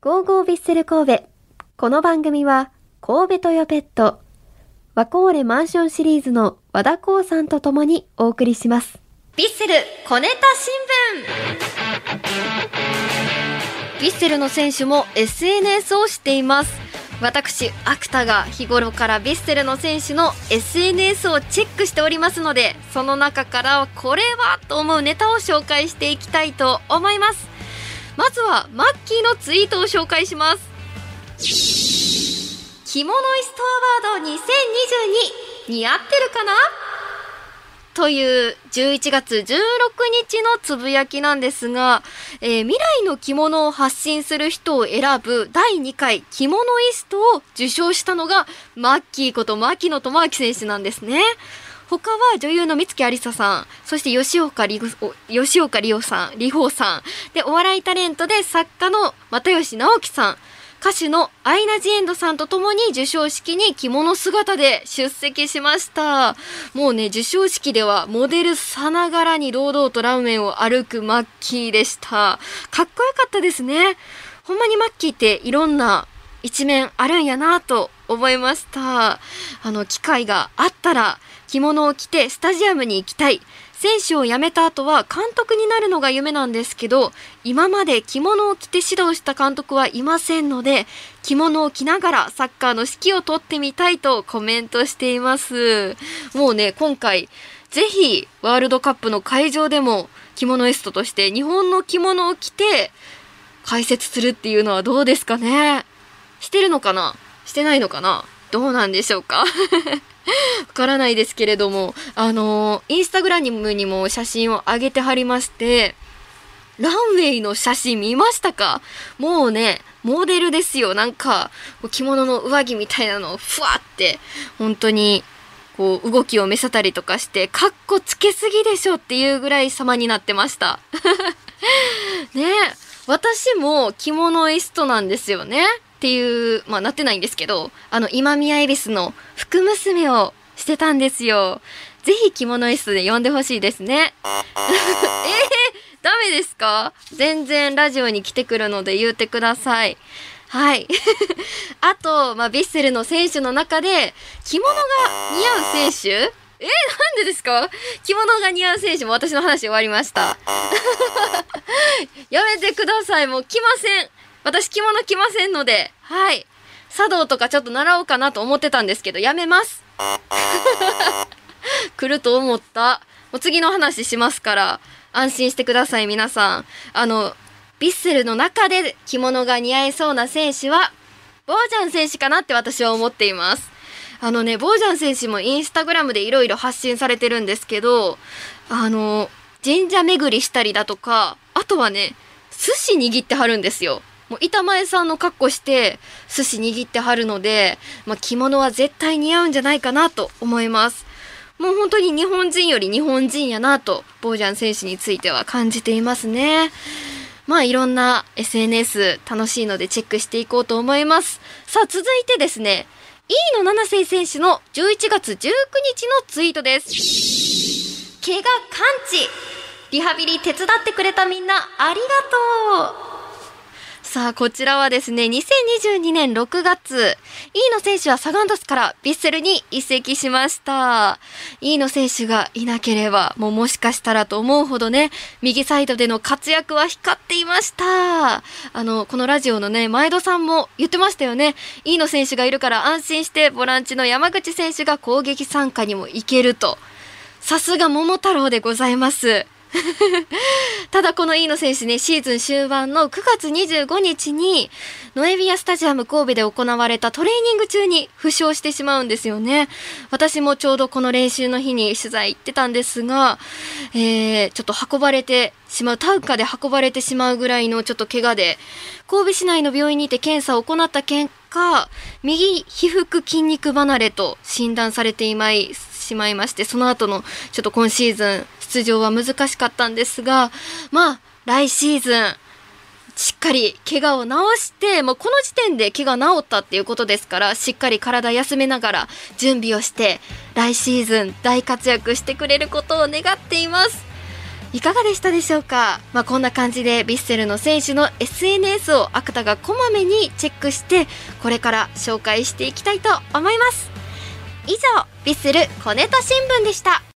ゴーゴービッセル神戸。この番組は神戸トヨペット、ワコーレマンションシリーズの和田光さんと共にお送りします。 ヴィッセル小ネタ新聞。ヴィッセルの選手も SNS をしています。私芥田が日頃からヴィッセルの選手の SNS をチェックしておりますので、その中からこれはと思うネタを紹介していきたいと思います。まずはマッキーのツイートを紹介します。着物イストアワード2022似合ってるかなという11月16日のつぶやきなんですが、未来の着物を発信する人を選ぶ第2回着物イストを受賞したのがマッキーこと牧野智明選手なんですね。他は女優の三月有沙さん、そして吉岡里帆さんで、お笑いタレントで作家の又吉直樹さん、歌手のアイナ・ジ・エンドさんとともに授賞式に着物姿で出席しました。もうね、授賞式ではモデルさながらに堂々とランウェイを歩くマッキーでした。かっこよかったですね。ほんまにマッキーっていろんな一面あるんやなと思いました。機会があったら着物を着てスタジアムに行きたい。選手を辞めた後は監督になるのが夢なんですけど、今まで着物を着て指導した監督はいませんので、着物を着ながらサッカーの指揮を執ってみたいとコメントしています。もうね、今回ぜひワールドカップの会場でも着物エストとして日本の着物を着て解説するっていうのはどうですかね。してるのかな、してないのかな、どうなんでしょうかわからないですけれども、インスタグラムにも写真を上げてはりまして、ランウェイの写真見ましたか？もうね、モデルですよ。なんか着物の上着みたいなのをふわって本当にこう動きを見せたりとかして、かっこつけすぎでしょっていうぐらい様になってましたねえ、私も着物イストなんですよねっていう、なってないんですけど、今宮恵比寿の福娘をしてたんですよ。ぜひ着物イストで呼んでほしいですねダメですか？全然ラジオに来てくるので言ってください。はいあと、ヴィッセルの選手の中で着物が似合う選手、なんでですか？着物が似合う選手も私の話終わりましたやめてください。もう着ません。私着物着ませんので、はい。茶道とかちょっと習おうかなと思ってたんですけど、やめます来ると思った。もう次の話しますから安心してください。皆さん、ヴィッセルの中で着物が似合いそうな選手はボージャン選手かなって私は思っています。ボージャン選手もインスタグラムでいろいろ発信されてるんですけど、神社巡りしたりだとか、あとはね、寿司握ってはるんですよ。もう板前さんの格好して寿司握ってはるので、着物は絶対似合うんじゃないかなと思います。もう本当に日本人より日本人やなとボージャン選手については感じていますね。いろんな SNS 楽しいのでチェックしていこうと思います。さあ続いてですね、飯野七星選手の11月19日のツイートです。怪我完治、リハビリ手伝ってくれたみんなありがとう。さあこちらはですね、2022年6月、飯野選手はサガン鳥栖からヴィッセルに移籍しました。飯野選手がいなければもしかしたらと思うほどね、右サイドでの活躍は光っていました。このラジオのね、前戸さんも言ってましたよね。飯野選手がいるから安心してボランチの山口選手が攻撃参加にも行けると。さすが桃太郎でございますただこの飯野選手ね、シーズン終盤の9月25日にノエビアスタジアム神戸で行われたトレーニング中に負傷してしまうんですよね。私もちょうどこの練習の日に取材行ってたんですが、ちょっと運ばれてしまう、担架で運ばれてしまうぐらいのちょっと怪我で、神戸市内の病院にて検査を行った結果、右腓腹筋肉離れと診断されてしまいまして、その後のちょっと今シーズン出場は難しかったんですが、来シーズンしっかり怪我を治して、この時点で怪我治ったっていうことですから、しっかり体休めながら準備をして来シーズン大活躍してくれることを願っています。 いかがでしたでしょうか。こんな感じでヴィッセルの選手の SNS を芥田がこまめにチェックしてこれから紹介していきたいと思います。以上、ヴィッセル小ネタ新聞でした。